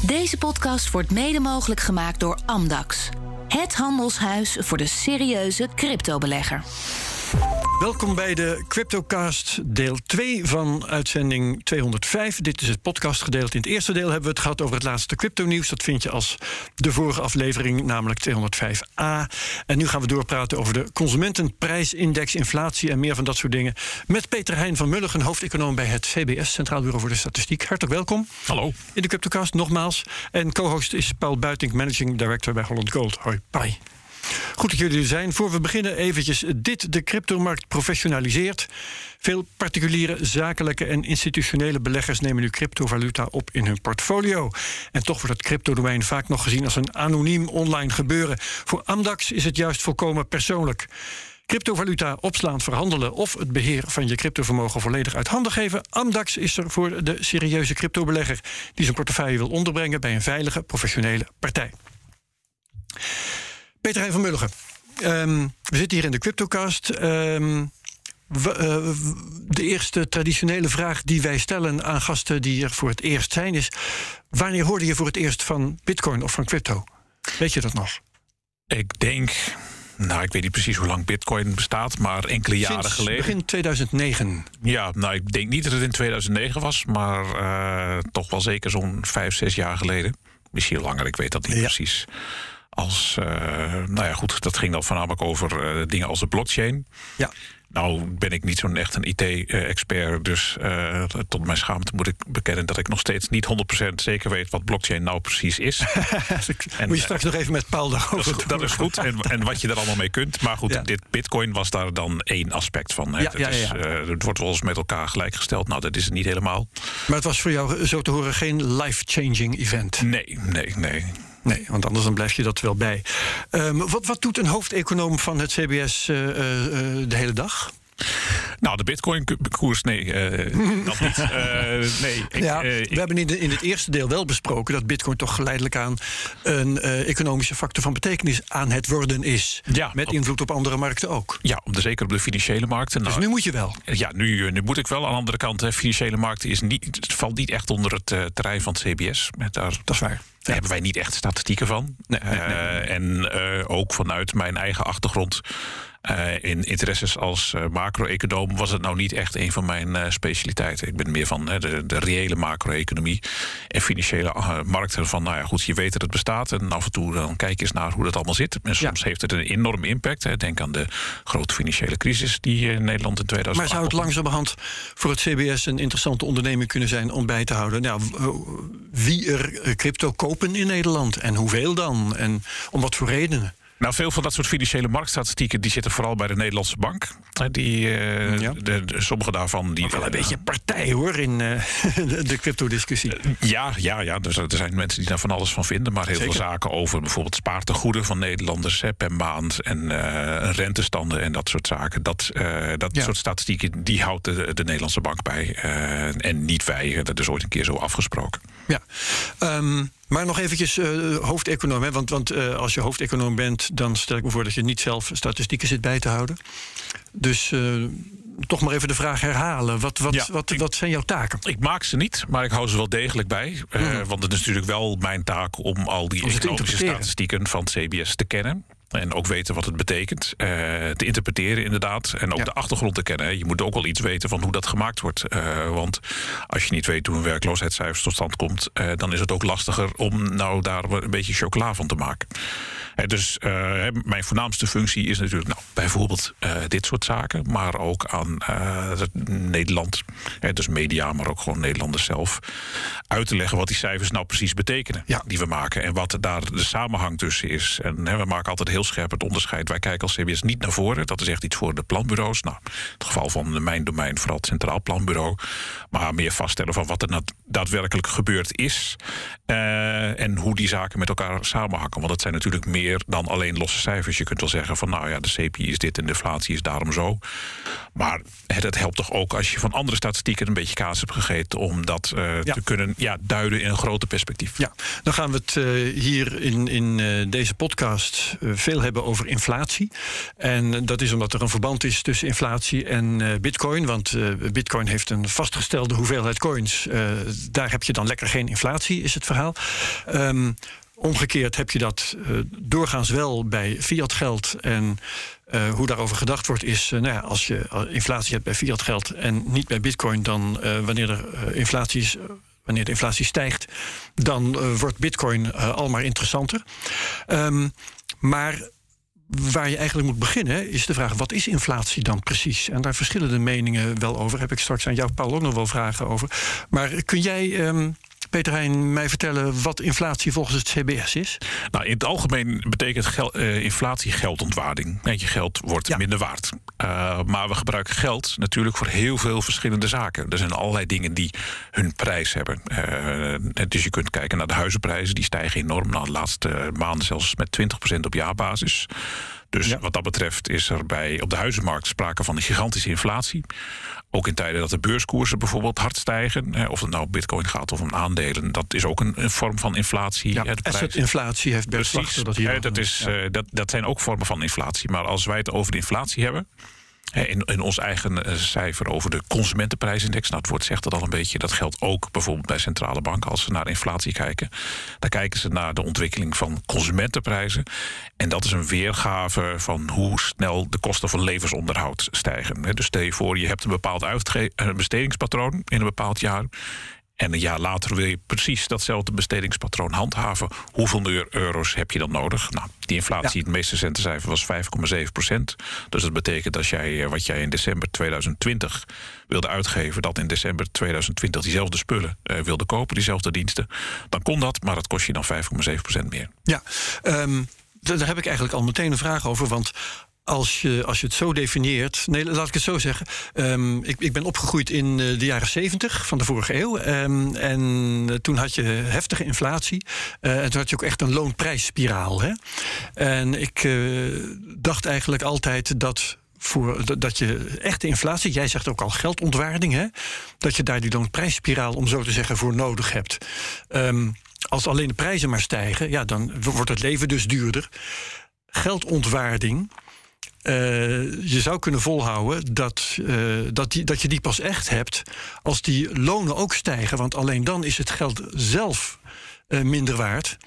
Deze podcast wordt mede mogelijk gemaakt door Amdax. Het handelshuis voor de serieuze cryptobelegger. Welkom bij de CryptoCast, deel 2 van uitzending 205. Dit is het podcastgedeelte. In het eerste deel hebben we het gehad over het laatste crypto-nieuws. Dat vind je als de vorige aflevering, namelijk 205a. En nu gaan we doorpraten over de consumentenprijsindex, inflatie en meer van dat soort dingen. Met Peter Hein van Mulligen, hoofdeconoom bij het CBS, Centraal Bureau voor de Statistiek. Hartelijk welkom. Hallo. In de CryptoCast nogmaals. En co-host is Paul Buitink, Managing Director bij Holland Gold. Hoi, Paul. Goed dat jullie er zijn. Voor we beginnen eventjes dit. De cryptomarkt professionaliseert. Veel particuliere, zakelijke en institutionele beleggers nemen nu cryptovaluta op in hun portfolio. En toch wordt het cryptodomein vaak nog gezien als een anoniem online gebeuren. Voor Amdax is het juist volkomen persoonlijk. Cryptovaluta opslaan, verhandelen of het beheer van je cryptovermogen volledig uit handen geven. Amdax is er voor de serieuze cryptobelegger die zijn portefeuille wil onderbrengen bij een veilige, professionele partij. Peter Hein van Mulligen. We zitten hier in de CryptoCast. De eerste traditionele vraag die wij stellen aan gasten die er voor het eerst zijn is: wanneer hoorde je voor het eerst van Bitcoin of van crypto? Weet je dat nog? Ik denk, ik weet niet precies hoe lang Bitcoin bestaat, maar enkele jaren geleden. Begin 2009. Ja, ik denk niet dat het in 2009 was, maar toch wel zeker zo'n 5-6 jaar geleden. Misschien langer, ik weet dat niet precies. Dat ging dan voornamelijk over dingen als de blockchain. Ja. Nou ben ik niet zo'n echt een IT-expert, dus tot mijn schaamte moet ik bekennen dat ik nog steeds niet 100% zeker weet wat blockchain nou precies is. Moet je straks nog even met Paul daarover. Dat is goed, en wat je er allemaal mee kunt. Maar goed, dit Bitcoin was daar dan één aspect van. Het wordt wel eens met elkaar gelijkgesteld. Nou, dat is het niet helemaal. Maar het was voor jou, zo te horen, geen life-changing event? Nee, want anders dan blijf je dat wel bij. Wat doet een hoofdeconoom van het CBS de hele dag? Nou, de Bitcoin-koers, dat niet. We hebben in het eerste deel wel besproken dat Bitcoin toch geleidelijk aan een economische factor van betekenis aan het worden is. Ja, met invloed op andere markten ook. Ja, zeker op de financiële markten. Dus nu moet je wel. Ja, nu moet ik wel. Aan de andere kant, financiële markten het valt niet echt onder het terrein van het CBS. Dat is waar. Daar hebben wij niet echt statistieken van. Nee. En ook vanuit mijn eigen achtergrond in interesses als macro-econoom was het nou niet echt een van mijn specialiteiten. Ik ben meer van de reële macro-economie en financiële markten. Van je weet dat het bestaat en af en toe dan kijk eens naar hoe dat allemaal zit. En soms heeft het een enorme impact. Denk aan de grote financiële crisis die in Nederland in 2008... Maar zou het langzamerhand voor het CBS een interessante onderneming kunnen zijn om bij te houden? Nou, wie er crypto kopen in Nederland en hoeveel dan? En om wat voor redenen? Nou, veel van dat soort financiële marktstatistieken die zitten vooral bij de Nederlandse bank. Sommige daarvan die wel een beetje partij hoor in de crypto-discussie. Er zijn mensen die daar van alles van vinden, maar heel veel zaken over bijvoorbeeld spaartegoeden van Nederlanders per maand en rentestanden en dat soort zaken. Dat soort statistieken die houdt de Nederlandse bank bij en niet wij. Dat is ooit een keer zo afgesproken. Ja. Maar nog eventjes hoofdeconoom. Hè? Want als je hoofdeconoom bent, dan stel ik me voor dat je niet zelf statistieken zit bij te houden. Dus toch maar even de vraag herhalen. Wat zijn jouw taken? Ik maak ze niet, maar ik hou ze wel degelijk bij. Want het is natuurlijk wel mijn taak om al die economische statistieken van het CBS te kennen. En ook weten wat het betekent. Te interpreteren inderdaad. En ook de achtergrond te kennen. Je moet ook wel iets weten van hoe dat gemaakt wordt. Want als je niet weet hoe een werkloosheidscijfer tot stand komt, dan is het ook lastiger om daar een beetje chocola van te maken. Dus mijn voornaamste functie is natuurlijk bijvoorbeeld dit soort zaken. Maar ook aan Nederland, dus media, maar ook gewoon Nederlanders zelf, uit te leggen wat die cijfers nou precies betekenen die we maken. En wat daar de samenhang tussen is. En we maken altijd heel scherp het onderscheid. Wij kijken als CBS niet naar voren. Dat is echt iets voor de planbureaus. Nou, in het geval van mijn domein vooral het Centraal Planbureau. Maar meer vaststellen van wat er daadwerkelijk gebeurd is. En hoe die zaken met elkaar samenhangen. Want het zijn natuurlijk meer meer dan alleen losse cijfers. Je kunt wel zeggen van nou ja, de CPI is dit en de inflatie is daarom zo. Maar het helpt toch ook als je van andere statistieken een beetje kaas hebt gegeten om dat te kunnen duiden in een groter perspectief. Ja, dan gaan we het hier in deze podcast veel hebben over inflatie. En dat is omdat er een verband is tussen inflatie en bitcoin. Want bitcoin heeft een vastgestelde hoeveelheid coins. Daar heb je dan lekker geen inflatie, is het verhaal. Omgekeerd heb je dat doorgaans wel bij fiat geld. En hoe daarover gedacht wordt is, als je inflatie hebt bij fiat geld en niet bij bitcoin, dan wanneer de inflatie stijgt, dan wordt bitcoin al maar interessanter. Maar waar je eigenlijk moet beginnen is de vraag, wat is inflatie dan precies? En daar verschillen de meningen wel over. Heb ik straks aan jou, Paul, ook nog wel vragen over. Maar kun jij, Peter Heijn, mij vertellen wat inflatie volgens het CBS is? Nou, in het algemeen betekent inflatie geldontwaarding. Je geld wordt minder waard. Maar we gebruiken geld natuurlijk voor heel veel verschillende zaken. Er zijn allerlei dingen die hun prijs hebben. Dus je kunt kijken naar de huizenprijzen. Die stijgen enorm. De laatste maanden zelfs met 20% op jaarbasis. Dus wat dat betreft is er op de huizenmarkt sprake van een gigantische inflatie. Ook in tijden dat de beurskoersen bijvoorbeeld hard stijgen. Of het nou om bitcoin gaat of om aandelen. Dat is ook een vorm van inflatie. Ja, assetinflatie heeft Bert Slachter dat hier. Dat zijn ook vormen van inflatie. Maar als wij het over de inflatie hebben, in ons eigen cijfer over de consumentenprijsindex, het woord zegt dat al een beetje, dat geldt ook bijvoorbeeld bij centrale banken als ze naar inflatie kijken. Dan kijken ze naar de ontwikkeling van consumentenprijzen. En dat is een weergave van hoe snel de kosten van levensonderhoud stijgen. Dus stel je voor, je hebt een bepaald bestedingspatroon in een bepaald jaar. En een jaar later wil je precies datzelfde bestedingspatroon handhaven. Hoeveel euro's heb je dan nodig? Nou, die inflatie, het meest recente cijfer was 5,7%. Dus dat betekent dat wat jij in december 2020 wilde uitgeven, dat in december 2020 diezelfde spullen wilde kopen, diezelfde diensten. Dan kon dat, maar dat kost je dan 5,7% meer. Ja, daar heb ik eigenlijk al meteen een vraag over, want als je het zo definieert. Nee, laat ik het zo zeggen. Ik ben opgegroeid in de jaren 70 van de vorige eeuw. En toen had je heftige inflatie. En toen had je ook echt een loonprijsspiraal. Hè? En ik dacht eigenlijk altijd dat je echte inflatie, jij zegt ook al geldontwaarding, hè, dat je daar die loonprijsspiraal, om zo te zeggen, voor nodig hebt. Als alleen de prijzen maar stijgen, dan wordt het leven dus duurder. Geldontwaarding. Je zou kunnen volhouden dat je die pas echt hebt als die lonen ook stijgen. Want alleen dan is het geld zelf minder waard.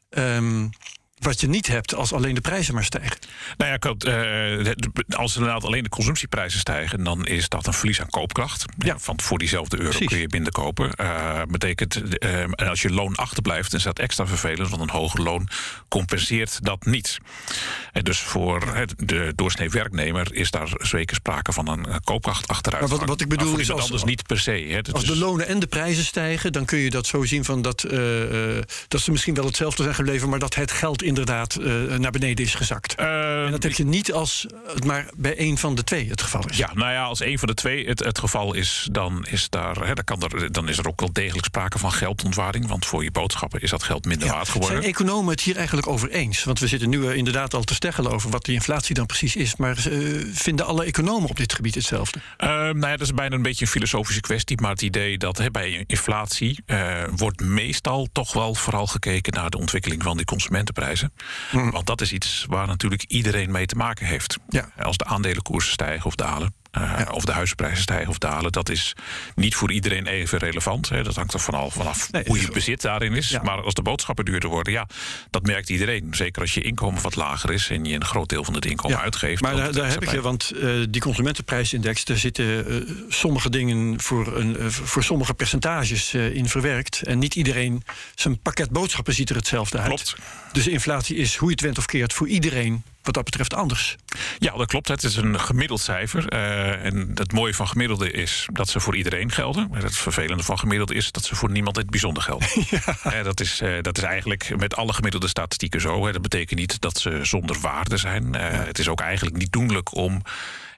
Wat je niet hebt als alleen de prijzen maar stijgen. Nou ja, als inderdaad alleen de consumptieprijzen stijgen, dan is dat een verlies aan koopkracht. Ja. Want voor diezelfde euro kun je minder kopen. Betekent, en als je loon achterblijft, is dat extra vervelend, want een hoger loon compenseert dat niet. Dus voor de doorsnee werknemer is daar zeker sprake van een koopkracht achteruit. Maar wat ik bedoel is, anders niet per se. Als de lonen en de prijzen stijgen, dan kun je dat zo zien van dat ze misschien wel hetzelfde zijn gebleven, maar dat het geld inderdaad naar beneden is gezakt. En dat heb je niet als het maar bij één van de twee het geval is. Ja, nou ja, als één van de twee het geval is, dan is er ook wel degelijk sprake van geldontwaarding. Want voor je boodschappen is dat geld minder waard geworden. Zijn economen het hier eigenlijk over eens? Want we zitten nu inderdaad al te steggelen over wat die inflatie dan precies is. Maar vinden alle economen op dit gebied hetzelfde? Dat is bijna een beetje een filosofische kwestie. Maar het idee dat bij inflatie wordt meestal toch wel vooral gekeken naar de ontwikkeling van die consumentenprijzen. Want dat is iets waar natuurlijk iedereen mee te maken heeft. Ja. Als de aandelenkoersen stijgen of dalen, of de huizenprijzen stijgen of dalen, dat is niet voor iedereen even relevant. Dat hangt er vanaf hoe je bezit daarin is. Ja. Maar als de boodschappen duurder worden, dat merkt iedereen. Zeker als je inkomen wat lager is en je een groot deel van het inkomen uitgeeft. Maar daar heb ik je, want die consumentenprijsindex, daar zitten sommige dingen voor sommige percentages in verwerkt. En niet iedereen zijn pakket boodschappen ziet er hetzelfde uit. Klopt. Dus de inflatie is, hoe je het went of keert, voor iedereen wat dat betreft anders. Ja, dat klopt. Het is een gemiddeld cijfer. En het mooie van gemiddelde is dat ze voor iedereen gelden. Het vervelende van gemiddelde is dat ze voor niemand in het bijzonder gelden. Ja. Dat is eigenlijk met alle gemiddelde statistieken zo. Dat betekent niet dat ze zonder waarde zijn. Het is ook eigenlijk niet doenlijk om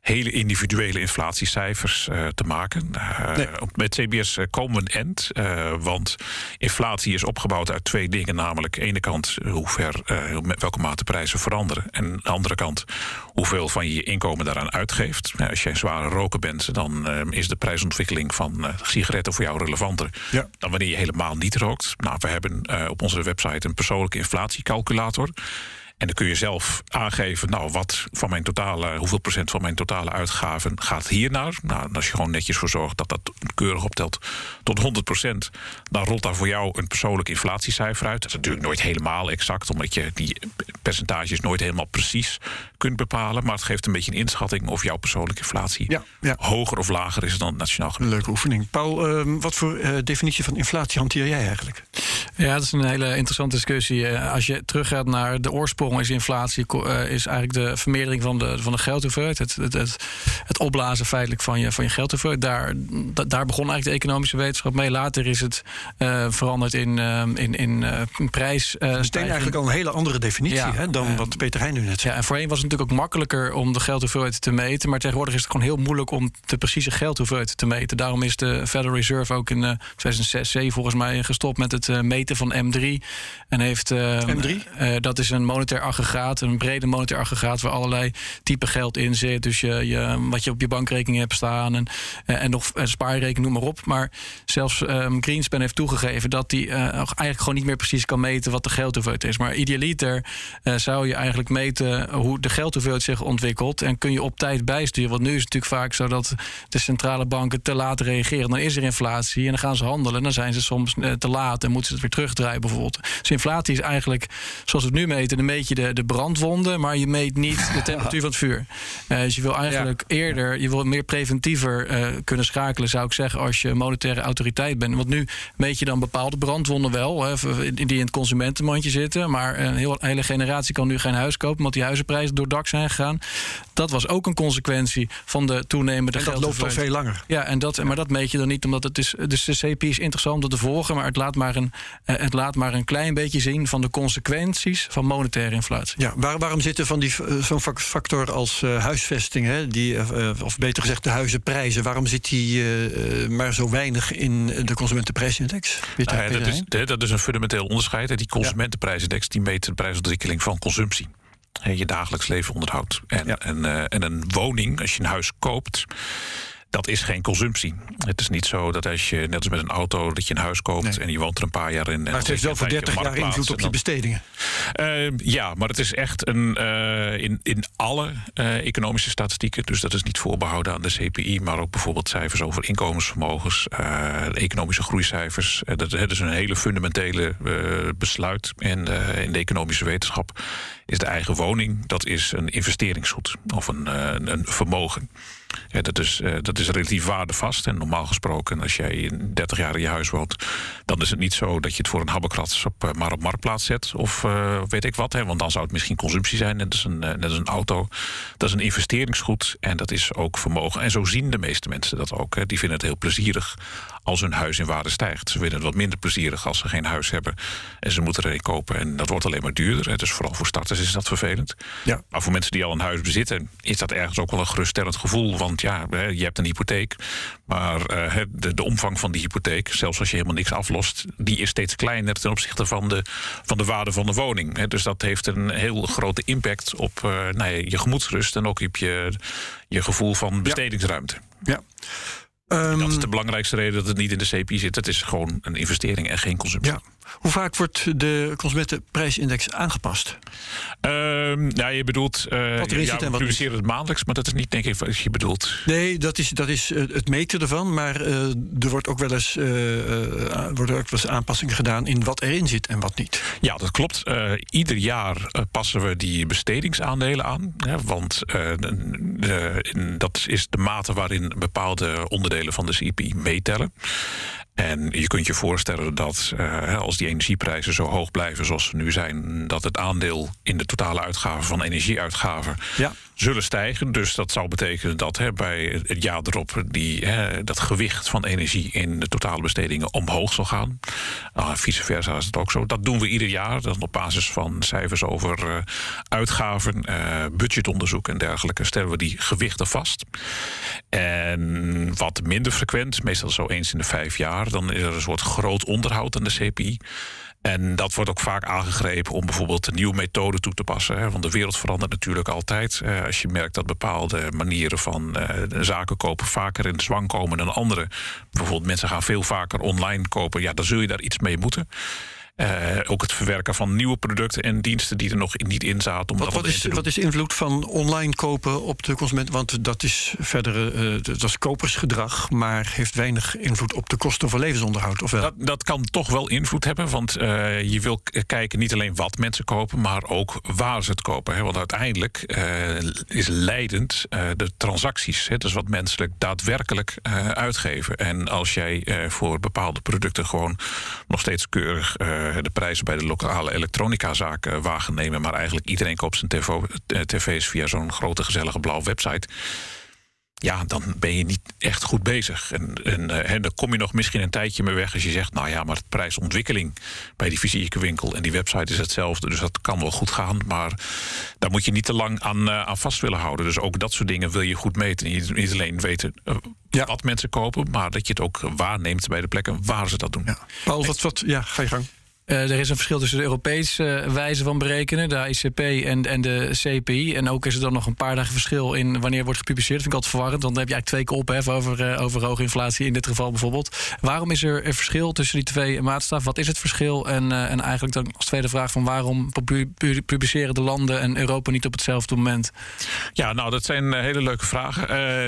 hele individuele inflatiecijfers te maken. Met CBS komen we een eind. Want inflatie is opgebouwd uit 2 dingen. Namelijk, aan de ene kant welke mate prijzen veranderen. En aan de andere kant hoeveel van je inkomen daaraan uitgeeft. Als je een zware roker bent, dan is de prijsontwikkeling van sigaretten voor jou relevanter dan wanneer je helemaal niet rookt. Nou, we hebben op onze website een persoonlijke inflatiecalculator. En dan kun je zelf aangeven, hoeveel procent van mijn totale uitgaven gaat hier naar. Nou, als je gewoon netjes voor zorgt dat dat keurig optelt tot 100%, dan rolt daar voor jou een persoonlijk inflatiecijfer uit. Dat is natuurlijk nooit helemaal exact, omdat je die percentages nooit helemaal precies kunt bepalen. Maar het geeft een beetje een inschatting of jouw persoonlijke inflatie hoger of lager is dan het nationaal gemiddelde. Leuke oefening. Paul, wat voor definitie van inflatie hanteer jij eigenlijk? Ja, dat is een hele interessante discussie. Als je teruggaat naar de oorsprong, is inflatie is eigenlijk de vermeerdering van de geldhoeveelheid. Het opblazen feitelijk van je geldhoeveelheid. Daar begon eigenlijk de economische wetenschap mee. Later is het veranderd in prijs. Dus het is eigenlijk al een hele andere definitie dan wat Peter Heijn nu net zei. Ja, en voorheen was het natuurlijk ook makkelijker om de geldhoeveelheid te meten. Maar tegenwoordig is het gewoon heel moeilijk om de precieze geldhoeveelheid te meten. Daarom is de Federal Reserve ook in 2006 volgens mij gestopt met het meten van M3. En heeft M3? Dat is een monetair aggregaat, een brede monetair aggregaat waar allerlei type geld in zit. Dus wat je op je bankrekening hebt staan en nog een spaarrekening, noem maar op. Maar zelfs Greenspan heeft toegegeven dat hij eigenlijk gewoon niet meer precies kan meten wat de geldhoeveelheid is. Maar idealiter zou je eigenlijk meten hoe de geldhoeveelheid zich ontwikkelt en kun je op tijd bijsturen. Want nu is het natuurlijk vaak zo dat de centrale banken te laat reageren. Dan is er inflatie en dan gaan ze handelen. En dan zijn ze soms te laat en moeten ze het weer terugdraaien bijvoorbeeld. Dus inflatie is eigenlijk, zoals we het nu meten, een beetje de brandwonden, maar je meet niet de temperatuur van het vuur. Dus je wil eigenlijk je wil meer preventiever kunnen schakelen, zou ik zeggen, als je monetaire autoriteit bent. Want nu meet je dan bepaalde brandwonden wel, die in het consumentenmandje zitten, maar een hele generatie kan nu geen huis kopen, omdat die huizenprijzen door het dak zijn gegaan. Dat was ook een consequentie van de toenemende en dat loopt al veel langer. Ja, maar dat meet je dan niet, omdat het is. Dus de CPI is interessant om te volgen, maar het laat maar een klein beetje zien van de consequenties van monetaire inflatie. Ja, waarom zitten van zo'n factor als huisvesting, of beter gezegd de huizenprijzen, waarom zit die maar zo weinig in de consumentenprijsindex? Dat is een fundamenteel onderscheid. Die consumentenprijsindex die meet de prijsontwikkeling van consumptie. Je dagelijks leven onderhoudt. En een woning, als je een huis koopt, dat is geen consumptie. Het is niet zo dat als je, net als met een auto, dat je een huis koopt en je woont er een paar jaar in. Maar het heeft wel voor 30 jaar invloed op je bestedingen. Maar het is echt in alle economische statistieken. Dus dat is niet voorbehouden aan de CPI, maar ook bijvoorbeeld cijfers over inkomensvermogens, economische groeicijfers. Dat is een hele fundamentele besluit. En in de economische wetenschap is de eigen woning, dat is een investeringsgoed of een vermogen. Ja, dat is relatief waardevast. En normaal gesproken, als jij 30 jaar in je huis woont, dan is het niet zo dat je het voor een habbekrats maar op marktplaats zet. Of weet ik wat. Want dan zou het misschien consumptie zijn. Net als een auto. Dat is een investeringsgoed. En dat is ook vermogen. En zo zien de meeste mensen dat ook. Die vinden het heel plezierig als hun huis in waarde stijgt. Ze vinden het wat minder plezierig als ze geen huis hebben. En ze moeten er een kopen. En dat wordt alleen maar duurder. Dus vooral voor starters is dat vervelend. Ja. Maar voor mensen die al een huis bezitten, is dat ergens ook wel een geruststellend gevoel. Want ja, je hebt een hypotheek. Maar de omvang van die hypotheek, zelfs als je helemaal niks aflost, die is steeds kleiner ten opzichte van de waarde van de woning. Dus dat heeft een heel grote impact op je gemoedsrust en ook op je gevoel van bestedingsruimte. Ja. Dat is de belangrijkste reden dat het niet in de CPI zit. Het is gewoon een investering en geen consumptie. Ja. Hoe vaak wordt de consumentenprijsindex aangepast? Je bedoelt, we publiceren het maandelijks, maar dat is niet, denk ik, wat je bedoelt. Nee, dat is het meten ervan, maar er wordt ook wel eens aanpassingen gedaan in wat erin zit en wat niet. Ja, dat klopt. Ieder jaar passen we die bestedingsaandelen aan. Want dat is de mate waarin bepaalde onderdelen van de CPI meetellen. En je kunt je voorstellen dat als die energieprijzen zo hoog blijven zoals ze nu zijn, dat het aandeel in de totale uitgaven van energieuitgaven zullen stijgen. Dus dat zou betekenen dat bij het jaar erop dat gewicht van energie in de totale bestedingen omhoog zal gaan. Vice versa is het ook zo. Dat doen we ieder jaar. Dat op basis van cijfers over uitgaven, budgetonderzoek en dergelijke stellen we die gewichten vast. En wat minder frequent, meestal zo eens in de 5 jaar, dan is er een soort groot onderhoud aan de CPI. En dat wordt ook vaak aangegrepen om bijvoorbeeld een nieuwe methode toe te passen. Hè? Want de wereld verandert natuurlijk altijd. Als je merkt dat bepaalde manieren van zaken kopen vaker in zwang komen dan andere. Bijvoorbeeld mensen gaan veel vaker online kopen. Ja, dan zul je daar iets mee moeten. Ook het verwerken van nieuwe producten en diensten die er nog niet in zaten. Wat is de invloed van online kopen op de consument? Want dat is verder dat is kopersgedrag, maar heeft weinig invloed op de kosten van levensonderhoud, of wel? Dat kan toch wel invloed hebben, want je wil kijken niet alleen wat mensen kopen, maar ook waar ze het kopen. Hè? Want uiteindelijk is leidend de transacties. Hè? Dus wat mensen daadwerkelijk uitgeven. En als jij voor bepaalde producten gewoon nog steeds keurig de prijzen bij de lokale elektronicazaak waarnemen, maar eigenlijk iedereen koopt zijn tv's via zo'n grote gezellige blauwe website. Ja, dan ben je niet echt goed bezig. En dan kom je nog misschien een tijdje mee weg als je zegt, nou ja, maar de prijsontwikkeling bij die fysieke winkel en die website is hetzelfde. Dus dat kan wel goed gaan, maar daar moet je niet te lang aan vast willen houden. Dus ook dat soort dingen wil je goed meten. En niet alleen weten wat mensen kopen, maar dat je het ook waarneemt bij de plekken waar ze dat doen. Ja. Paul, ga je gang. Er is een verschil tussen de Europese wijze van berekenen, de ICP en de CPI. En ook is er dan nog een paar dagen verschil in wanneer wordt gepubliceerd. Dat vind ik altijd verwarrend, want dan heb je eigenlijk 2 keer ophef over hoge inflatie in dit geval bijvoorbeeld. Waarom is er een verschil tussen die 2 maatstaven? Wat is het verschil? En eigenlijk dan als tweede vraag van waarom publiceren de landen en Europa niet op hetzelfde moment? Ja, nou, dat zijn hele leuke vragen.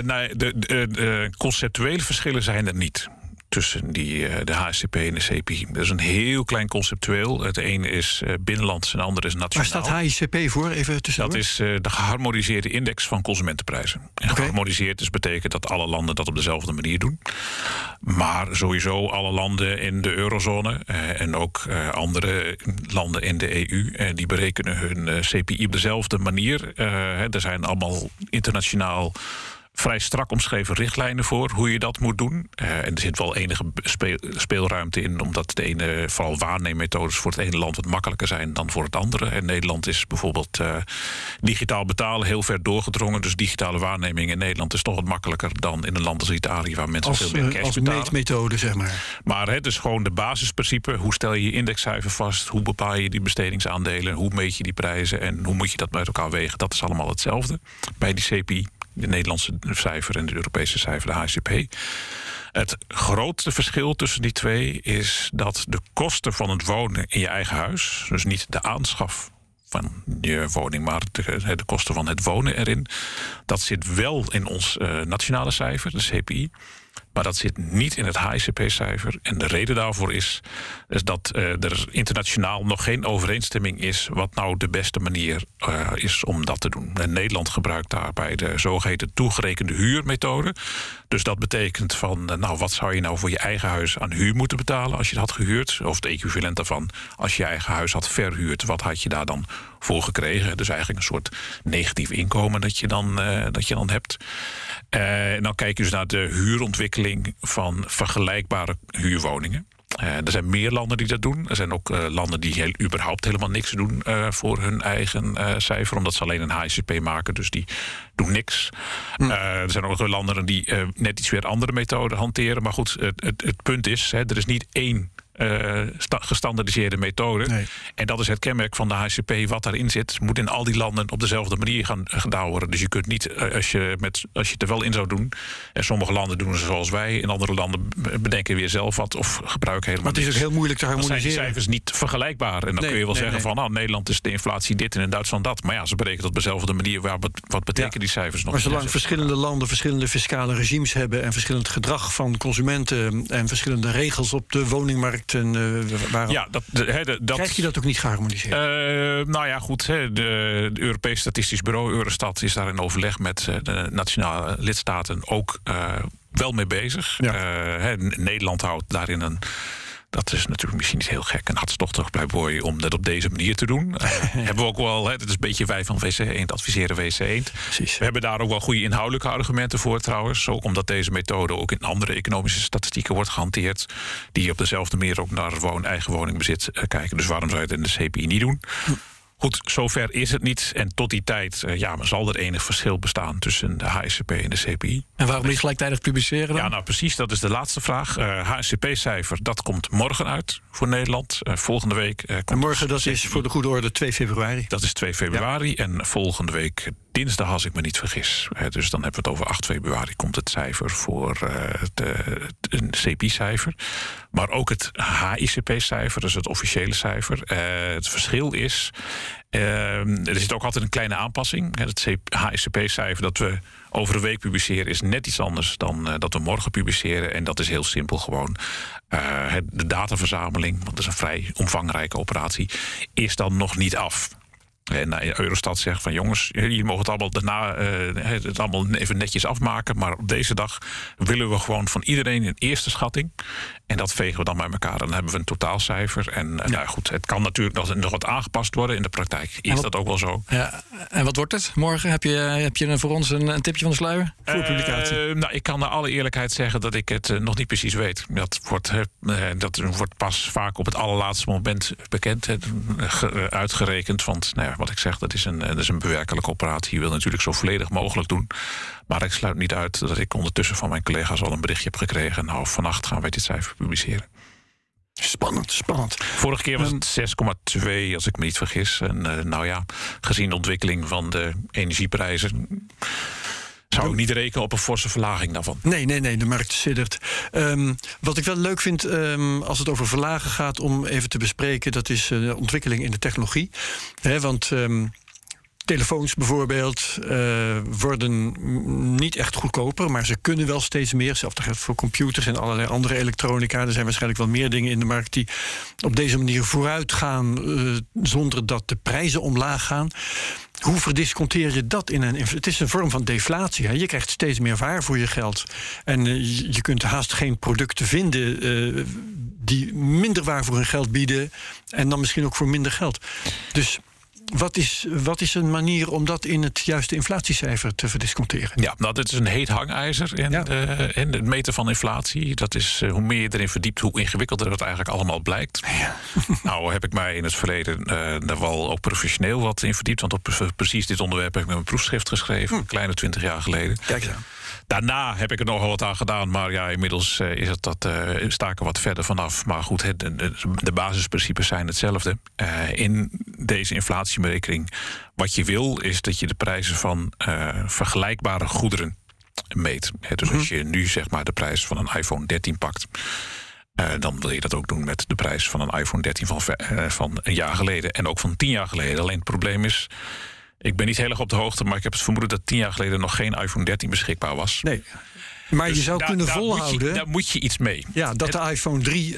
De conceptuele verschillen zijn er niet tussen de HSCP en de CPI. Dat is een heel klein conceptueel. Het ene is binnenlands en het andere is nationaal. Waar staat HSCP voor? Even tussendoor. Dat is de geharmoniseerde index van consumentenprijzen. En geharmoniseerd dus betekent dat alle landen dat op dezelfde manier doen. Maar sowieso alle landen in de eurozone en ook andere landen in de EU, die berekenen hun CPI op dezelfde manier. Er zijn allemaal internationaal vrij strak omschreven richtlijnen voor hoe je dat moet doen. En er zit wel enige speelruimte in, omdat de ene, vooral waarneemmethodes voor het ene land wat makkelijker zijn dan voor het andere. En Nederland is bijvoorbeeld digitaal betalen heel ver doorgedrongen. Dus digitale waarneming in Nederland is toch wat makkelijker dan in een land als Italië, waar mensen veel meer cash betalen. Als meetmethode, zeg maar. Maar het is gewoon de basisprincipe. Hoe stel je je indexcijfer vast? Hoe bepaal je die bestedingsaandelen? Hoe meet je die prijzen? En hoe moet je dat met elkaar wegen? Dat is allemaal hetzelfde bij die CPI. De Nederlandse cijfer en de Europese cijfer, de HCP. Het grootste verschil tussen die 2 is dat de kosten van het wonen in je eigen huis, dus niet de aanschaf van je woning, maar de kosten van het wonen erin, dat zit wel in ons nationale cijfer, de CPI. Maar dat zit niet in het HICP-cijfer. En de reden daarvoor is dat er internationaal nog geen overeenstemming is wat nou de beste manier is om dat te doen. En Nederland gebruikt daarbij de zogeheten toegerekende huurmethode. Dus dat betekent van, wat zou je nou voor je eigen huis aan huur moeten betalen als je het had gehuurd? Of het equivalent daarvan, als je je eigen huis had verhuurd, wat had je daar dan voor gekregen? Dus eigenlijk een soort negatief inkomen dat je dan hebt. En dan kijk je dus naar de huurontwikkeling van vergelijkbare huurwoningen. Er zijn meer landen die dat doen. Er zijn ook landen die überhaupt helemaal niks doen voor hun eigen cijfer, omdat ze alleen een HICP maken, dus die doen niks. Er zijn ook landen die net iets weer andere methoden hanteren. Maar goed, het punt is, er is niet één gestandaardiseerde methode. Nee. En dat is het kenmerk van de HCP. Wat daarin zit, moet in al die landen op dezelfde manier gaan gedaan worden. Dus je kunt niet, als je het er wel in zou doen, en sommige landen doen het zoals wij, en andere landen bedenken weer zelf wat of gebruiken helemaal niks. Maar het is ook heel moeilijk te harmoniseren. Dan zijn die cijfers niet vergelijkbaar. En dan kun je wel zeggen van, Nederland is de inflatie dit en in Duitsland dat. Maar ja, ze berekenen dat op dezelfde manier. Wat betekenen die cijfers nog? Maar zolang verschillende landen verschillende fiscale regimes hebben en verschillend gedrag van consumenten en verschillende regels op de woningmarkt, krijg je dat ook niet geharmoniseerd? Goed. Het Europees Statistisch Bureau, Eurostat, is daar in overleg met de nationale lidstaten ook wel mee bezig. Ja. Nederland houdt daarin Dat is natuurlijk misschien niet heel gek en hartstochtig Pleibooi om dat op deze manier te doen. Hebben we ook wel, dat is een beetje wij van WC Eend adviseren WC Eend. Precies. We hebben daar ook wel goede inhoudelijke argumenten voor trouwens. Ook omdat deze methode ook in andere economische statistieken wordt gehanteerd. Die op dezelfde manier ook naar eigen woningbezit kijken. Dus waarom zou je het in de CPI niet doen? Goed, zover is het niet. En tot die tijd zal er enig verschil bestaan tussen de HSCP en de CPI. En waarom niet gelijktijdig publiceren dan? Ja, nou precies, dat is de laatste vraag. HSCP-cijfer, dat komt morgen uit voor Nederland. Volgende week en morgen, dat is voor de goede orde 2 februari. Dat is 2 februari. Ja. En volgende week dinsdag, als ik me niet vergis. Dus dan hebben we het over 8 februari komt het cijfer voor een CPI-cijfer. Maar ook het HICP-cijfer, dus het officiële cijfer. Het verschil is, er zit ook altijd een kleine aanpassing. Het HICP-cijfer dat we over een week publiceren is net iets anders dan dat we morgen publiceren. En dat is heel simpel gewoon. De dataverzameling, want dat is een vrij omvangrijke operatie, is dan nog niet af. En Eurostat zegt van jongens, jullie mogen het allemaal daarna het allemaal even netjes afmaken. Maar op deze dag willen we gewoon van iedereen een eerste schatting. En dat vegen we dan bij elkaar. Dan hebben we een totaalcijfer. En nou goed, het kan natuurlijk nog wat aangepast worden. In de praktijk is dat ook wel zo. Ja. En wat wordt het morgen? Heb je voor ons een tipje van de sluier voor publicatie? Ik kan naar alle eerlijkheid zeggen dat ik het nog niet precies weet. Dat wordt pas vaak op het allerlaatste moment bekend. Uitgerekend. Want wat ik zeg, dat is een bewerkelijke operatie. Je wil natuurlijk zo volledig mogelijk doen. Maar ik sluit niet uit dat ik ondertussen van mijn collega's al een berichtje heb gekregen. Nou, vannacht gaan wij dit cijfer publiceren. Spannend. Vorige keer was het 6,2, als ik me niet vergis. En gezien de ontwikkeling van de energieprijzen zou ik niet rekenen op een forse verlaging daarvan. Nee, de markt siddert. Wat ik wel leuk vind, als het over verlagen gaat, om even te bespreken, dat is de ontwikkeling in de technologie. Want telefoons bijvoorbeeld worden niet echt goedkoper, maar ze kunnen wel steeds meer. Hetzelfde geldt voor computers en allerlei andere elektronica. Er zijn waarschijnlijk wel meer dingen in de markt die op deze manier vooruit gaan zonder dat de prijzen omlaag gaan. Hoe verdisconteer je dat in het is een vorm van deflatie. Hè? Je krijgt steeds meer waar voor je geld. En je kunt haast geen producten vinden die minder waar voor hun geld bieden en dan misschien ook voor minder geld. Dus wat is een manier om dat in het juiste inflatiecijfer te verdisconteren? Ja, dit is een heet hangijzer in het meten van inflatie. Dat is hoe meer je erin verdiept, hoe ingewikkelder het eigenlijk allemaal blijkt. Ja. Nou heb ik mij in het verleden daar wel ook professioneel wat in verdiept. Want op precies dit onderwerp heb ik mijn proefschrift geschreven, een kleine 20 jaar geleden. Kijk eens aan. Daarna heb ik er nogal wat aan gedaan, maar inmiddels is het sta ik er wat verder vanaf. Maar goed, de basisprincipes zijn hetzelfde. In deze inflatieberekening, wat je wil, is dat je de prijzen van vergelijkbare goederen meet. Dus als je nu zeg maar de prijs van een iPhone 13 pakt, dan wil je dat ook doen met de prijs van een iPhone 13 van een jaar geleden en ook van 10 jaar geleden. Alleen het probleem is, ik ben niet heel erg op de hoogte, maar ik heb het vermoeden dat 10 jaar geleden nog geen iPhone 13 beschikbaar was. Nee. Maar dus je zou kunnen volhouden. Daar moet je iets mee. Ja, dat de iPhone 3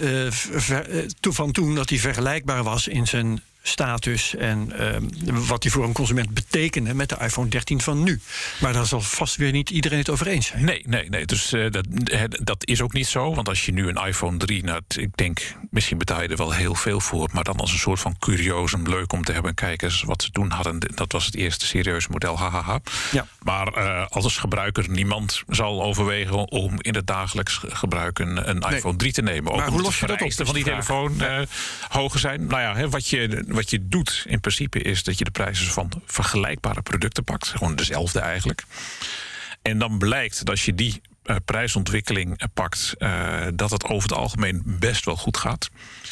van toen dat die vergelijkbaar was in zijn status en wat die voor een consument betekende met de iPhone 13 van nu. Maar daar zal vast weer niet iedereen het over eens zijn. Nee. Dus dat is ook niet zo. Want als je nu een iPhone 3, ik denk, misschien betaal je er wel heel veel voor, maar dan als een soort van curiosum, leuk om te hebben. Kijk eens wat ze toen hadden. Dat was het eerste serieuze model, hahaha. Ja. Maar als gebruiker niemand zal overwegen om in het dagelijks gebruik een iPhone 3 te nemen. Ook maar hoe los je dat op? Van die telefoon hoger zijn. Nou ja, wat je doet in principe is dat je de prijzen van vergelijkbare producten pakt. Gewoon dezelfde eigenlijk. En dan blijkt dat als je die prijsontwikkeling pakt, dat het over het algemeen best wel goed gaat.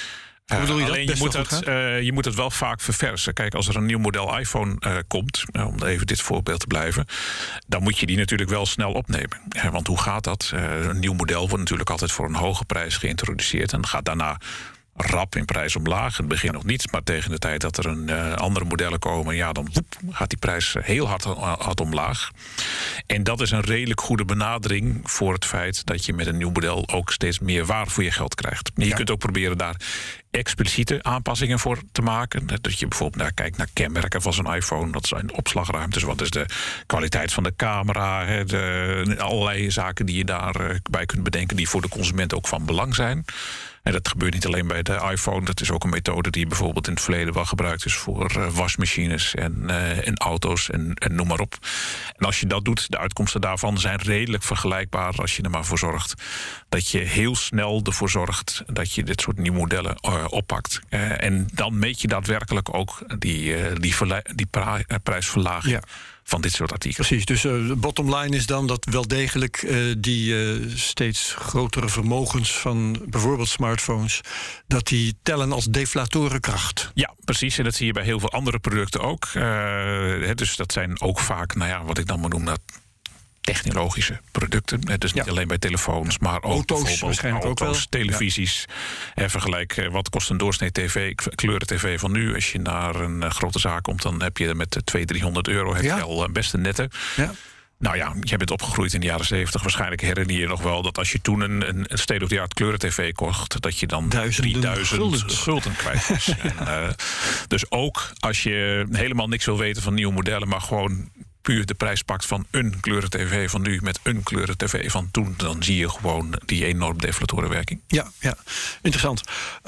Alleen je moet het wel vaak verversen. Kijk, als er een nieuw model iPhone komt, om even dit voorbeeld te blijven, dan moet je die natuurlijk wel snel opnemen. Want hoe gaat dat? Een nieuw model wordt natuurlijk altijd voor een hoge prijs geïntroduceerd en gaat daarna rap in prijs omlaag. In het begin nog niet, maar tegen de tijd dat er andere modellen komen, dan gaat die prijs heel hard omlaag. En dat is een redelijk goede benadering voor het feit dat je met een nieuw model ook steeds meer waar voor je geld krijgt. Je kunt ook proberen daar expliciete aanpassingen voor te maken. Dat je bijvoorbeeld kijkt naar kenmerken van zo'n iPhone. Dat zijn opslagruimtes. Wat is de kwaliteit van de camera? Allerlei zaken die je daarbij kunt bedenken, die voor de consument ook van belang zijn. En dat gebeurt niet alleen bij de iPhone. Dat is ook een methode die bijvoorbeeld in het verleden wel gebruikt is voor wasmachines en auto's en noem maar op. En als je dat doet, de uitkomsten daarvan zijn redelijk vergelijkbaar als je er maar voor zorgt dat je heel snel ervoor zorgt dat je dit soort nieuwe modellen oppakt. En dan meet je daadwerkelijk ook die prijsverlaging. Ja. Van dit soort artikelen. Precies, dus de bottom line is dan dat wel degelijk die steeds grotere vermogens van bijvoorbeeld smartphones, dat die tellen als deflatorenkracht. Ja, precies. En dat zie je bij heel veel andere producten ook. Dus dat zijn ook vaak, wat ik dan maar noem, technologische producten. Dus niet alleen bij telefoons, maar ook auto's, waarschijnlijk ook wel. Televisies. Vergelijk, wat kost een doorsnee kleuren-tv van nu? Als je naar een grote zaak komt, dan heb je met 200-300 euro heb je al best een nette. Ja. Nou ja, jij bent opgegroeid in de jaren 70. Waarschijnlijk herinner je je nog wel dat als je toen een state-of-the-art kleuren-tv kocht, dat je dan 3000 gulden kwijt was. Dus ook als je helemaal niks wil weten van nieuwe modellen, maar gewoon puur de prijs pakt van een kleuren-tv van nu met een kleuren-tv van toen, dan zie je gewoon die enorm deflatorenwerking. Ja, interessant.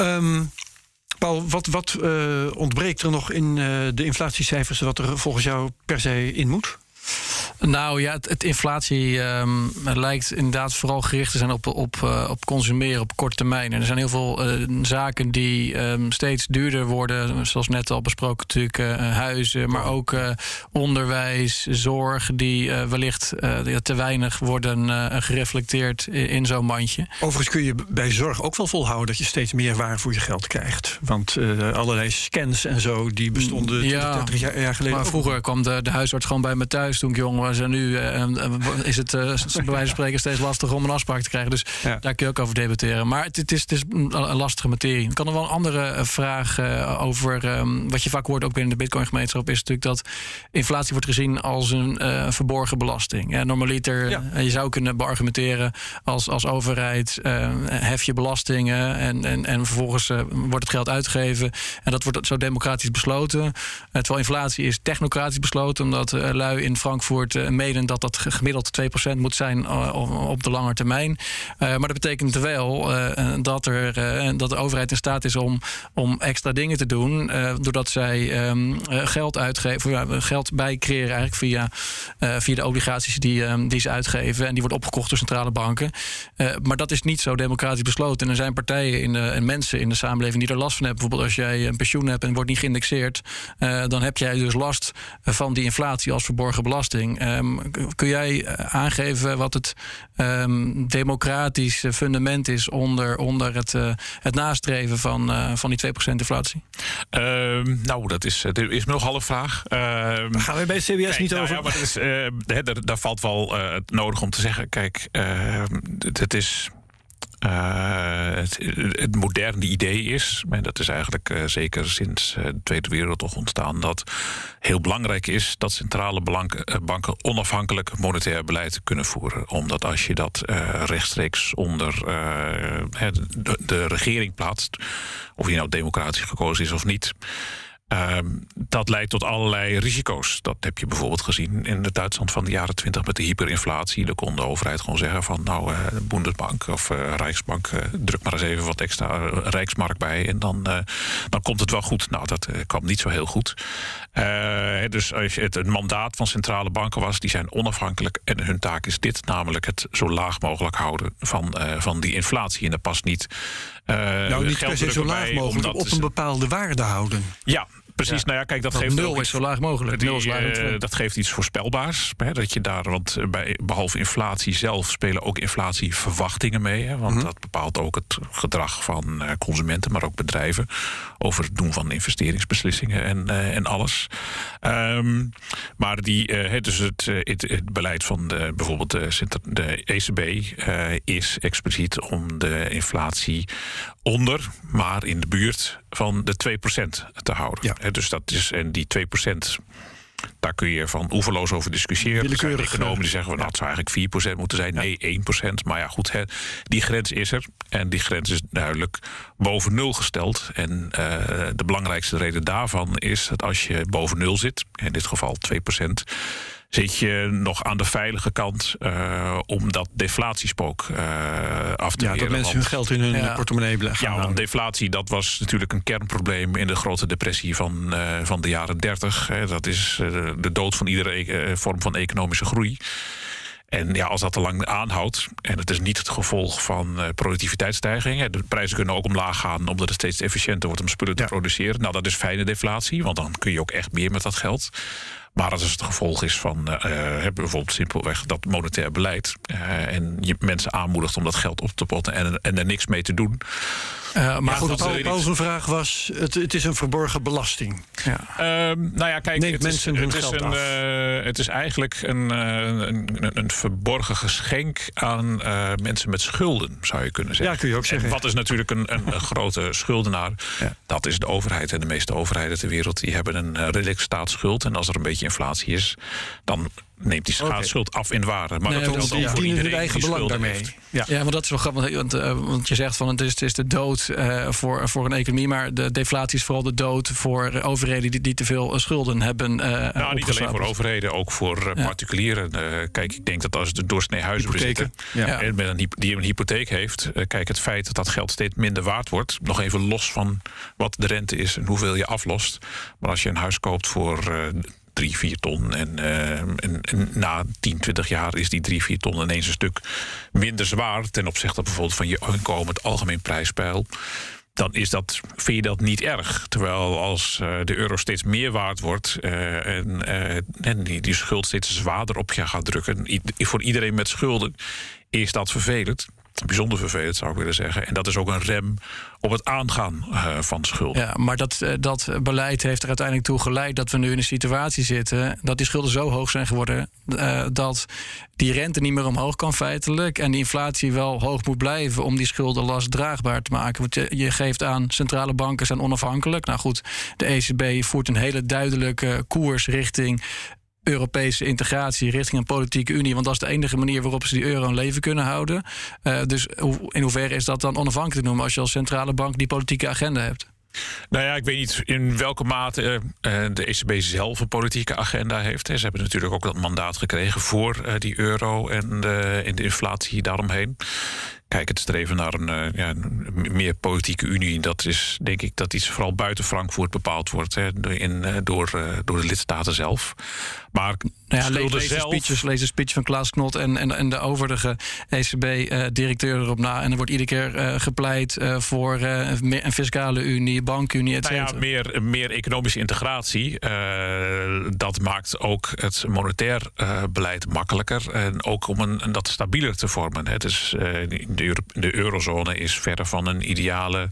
Paul, wat ontbreekt er nog in de inflatiecijfers wat er volgens jou per se in moet? Nou ja, het inflatie lijkt inderdaad vooral gericht te zijn op consumeren op korte termijn. En er zijn heel veel zaken die steeds duurder worden. Zoals net al besproken natuurlijk huizen, maar ook onderwijs, zorg, die wellicht te weinig worden gereflecteerd in zo'n mandje. Overigens kun je bij zorg ook wel volhouden dat je steeds meer waar voor je geld krijgt. Want allerlei scans en zo, die bestonden 30 jaar geleden. Maar vroeger kwam de huisarts gewoon bij me thuis toen ik jong was. En nu is het bij wijze van spreken steeds lastig om een afspraak te krijgen. Dus daar kun je ook over debatteren. Maar het is een lastige materie. Ik kan er wel een andere vraag over. Wat je vaak hoort ook binnen de Bitcoin-gemeenschap is natuurlijk dat inflatie wordt gezien als een verborgen belasting. Normaliter, je zou kunnen beargumenteren als overheid, hef je belastingen en vervolgens wordt het geld uitgegeven. En dat wordt zo democratisch besloten. Terwijl inflatie is technocratisch besloten, omdat lui in Frankfurt menen dat gemiddeld 2% moet zijn op de lange termijn. Maar dat betekent wel dat de overheid in staat is om extra dingen te doen, doordat zij geld uitgeven, geld bijcreëren eigenlijk via de obligaties die ze uitgeven. En die wordt opgekocht door centrale banken. Maar dat is niet zo democratisch besloten. En er zijn partijen en mensen in de samenleving die er last van hebben. Bijvoorbeeld als jij een pensioen hebt en wordt niet geïndexeerd, dan heb jij dus last van die inflatie als verborgen belasting. Kun jij aangeven wat het democratisch fundament is onder het nastreven van die 2% inflatie? Dat is me nog half vraag. Daar gaan we bij het CBS niet over. Ja, maar daar valt wel het nodig om te zeggen. Kijk, het is het moderne idee is, en dat is eigenlijk zeker sinds de Tweede Wereldoorlog ontstaan, dat heel belangrijk is dat centrale banken onafhankelijk monetair beleid kunnen voeren. Omdat als je dat rechtstreeks onder de regering plaatst, of je nou democratisch gekozen is of niet, dat leidt tot allerlei risico's. Dat heb je bijvoorbeeld gezien in het Duitsland van de jaren 20 met de hyperinflatie. Daar kon de overheid gewoon zeggen van Bundesbank of Rijksbank, druk maar eens even wat extra Rijksmark bij en dan komt het wel goed. Nou, dat kwam niet zo heel goed. Dus het mandaat van centrale banken was, die zijn onafhankelijk en hun taak is dit, namelijk het zo laag mogelijk houden van die inflatie. En dat past niet. Niet per se zo laag mogelijk, op een bepaalde waarde houden. Ja, precies. Nou ja, kijk, dat geeft 0 is zo laag mogelijk. 0 is lager. Dat geeft iets voorspelbaars. Dat je daar, want behalve inflatie zelf spelen ook inflatieverwachtingen mee. Hè, want dat bepaalt ook het gedrag van consumenten, maar ook bedrijven over het doen van investeringsbeslissingen en alles. Maar dus het beleid van bijvoorbeeld de ECB is expliciet om de inflatie onder, maar in de buurt van de 2% te houden. Ja. Dus dat is, en die 2%, Daar kun je van oeverloos over discussiëren. Er zijn economen die zeggen, het zou eigenlijk 4% moeten zijn. Nee, 1%. Maar ja, goed, die grens is er. En die grens is duidelijk boven 0 gesteld. En de belangrijkste reden daarvan is dat als je boven 0 zit, in dit geval 2%... zit je nog aan de veilige kant om dat deflatiespook af te weren. Dat mensen hun geld in hun portemonnee leggen. Ja, want deflatie, dat was natuurlijk een kernprobleem in de grote depressie van de jaren 30. Dat is de dood van iedere vorm van economische groei. En ja, als dat te lang aanhoudt, en het is niet het gevolg van productiviteitsstijgingen. De prijzen kunnen ook omlaag gaan, omdat het steeds efficiënter wordt om spullen te produceren. Nou, dat is fijne deflatie, want dan kun je ook echt meer met dat geld. Maar als het gevolg is van bijvoorbeeld simpelweg dat monetair beleid en je mensen aanmoedigt om dat geld op te potten en er niks mee te doen. Maar goed, Paul zijn vraag was, het is een verborgen belasting. Kijk, het is eigenlijk een verborgen geschenk aan mensen met schulden, zou je kunnen zeggen. Ja, kun je ook zeggen. En wat is natuurlijk een grote schuldenaar? Ja. Dat is de overheid. En de meeste overheden ter wereld die hebben een redelijk staatsschuld. En als er een beetje inflatie is, dan neemt die schuld af in waarde. Maar dat geldt ook voor iedereen hun eigen belang daarmee. Ja, maar dat is wel grappig. Want je zegt van het is de dood voor een economie. Maar de deflatie is vooral de dood voor overheden die te veel schulden hebben. Niet alleen voor overheden, ook voor particulieren. Kijk, ik denk dat als de doorsnee huizenbezitter die een hypotheek heeft, kijk, het feit dat geld steeds minder waard wordt, nog even los van wat de rente is en hoeveel je aflost. Maar als je een huis koopt voor 3-4 ton. En na 10, 20 jaar is die 3-4 ton ineens een stuk minder zwaar ten opzichte bijvoorbeeld van je inkomen, het algemeen prijspeil. Dan vind je dat niet erg. Terwijl als de euro steeds meer waard wordt en die schuld steeds zwaarder op je gaat drukken, voor iedereen met schulden is dat vervelend. Bijzonder vervelend, zou ik willen zeggen. En dat is ook een rem op het aangaan van schulden. Ja, maar dat beleid heeft er uiteindelijk toe geleid dat we nu in een situatie zitten dat die schulden zo hoog zijn geworden dat die rente niet meer omhoog kan feitelijk en die inflatie wel hoog moet blijven om die schuldenlast draagbaar te maken. Want je geeft aan, centrale banken zijn onafhankelijk. Nou goed, de ECB voert een hele duidelijke koers richting Europese integratie, richting een politieke unie. Want dat is de enige manier waarop ze die euro in leven kunnen houden. Dus in hoeverre is dat dan onafhankelijk te noemen als je als centrale bank die politieke agenda hebt? Nou ja, ik weet niet in welke mate de ECB zelf een politieke agenda heeft. Ze hebben natuurlijk ook dat mandaat gekregen voor die euro en de inflatie daaromheen. Kijk, het streven naar een meer politieke unie, dat is denk ik dat iets vooral buiten Frankfurt bepaald wordt door de lidstaten zelf. Maar lees de speech van Klaas Knot en de overige ECB-directeur erop na. En er wordt iedere keer gepleit voor een fiscale unie, bankunie, et cetera. Meer economische integratie. Dat maakt ook het monetair beleid makkelijker. En ook om dat stabieler te vormen. Het is de eurozone is verder van een ideale,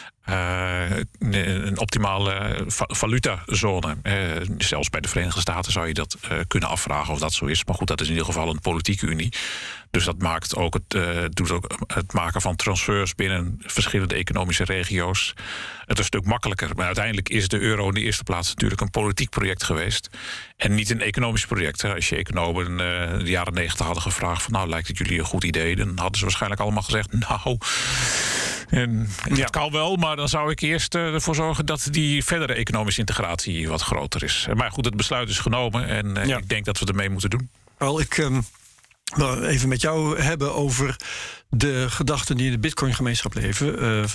een optimale valutazone. Zelfs bij de Verenigde Staten zou je dat kunnen afvragen of dat zo is. Maar goed, dat is in ieder geval een politieke unie. Dus dat maakt ook doet ook het maken van transfers binnen verschillende economische regio's het een stuk makkelijker. Maar uiteindelijk is de euro in de eerste plaats natuurlijk een politiek project geweest. En niet een economisch project. Als je economen in de jaren 90 hadden gevraagd van nou, lijkt het jullie een goed idee? Dan hadden ze waarschijnlijk allemaal gezegd nou, dat kan wel, maar dan zou ik eerst ervoor zorgen dat die verdere economische integratie wat groter is. Maar goed, het besluit is genomen en ik denk dat we ermee moeten doen. Wel, ik wil even met jou hebben over de gedachten die in de Bitcoin-gemeenschap leven.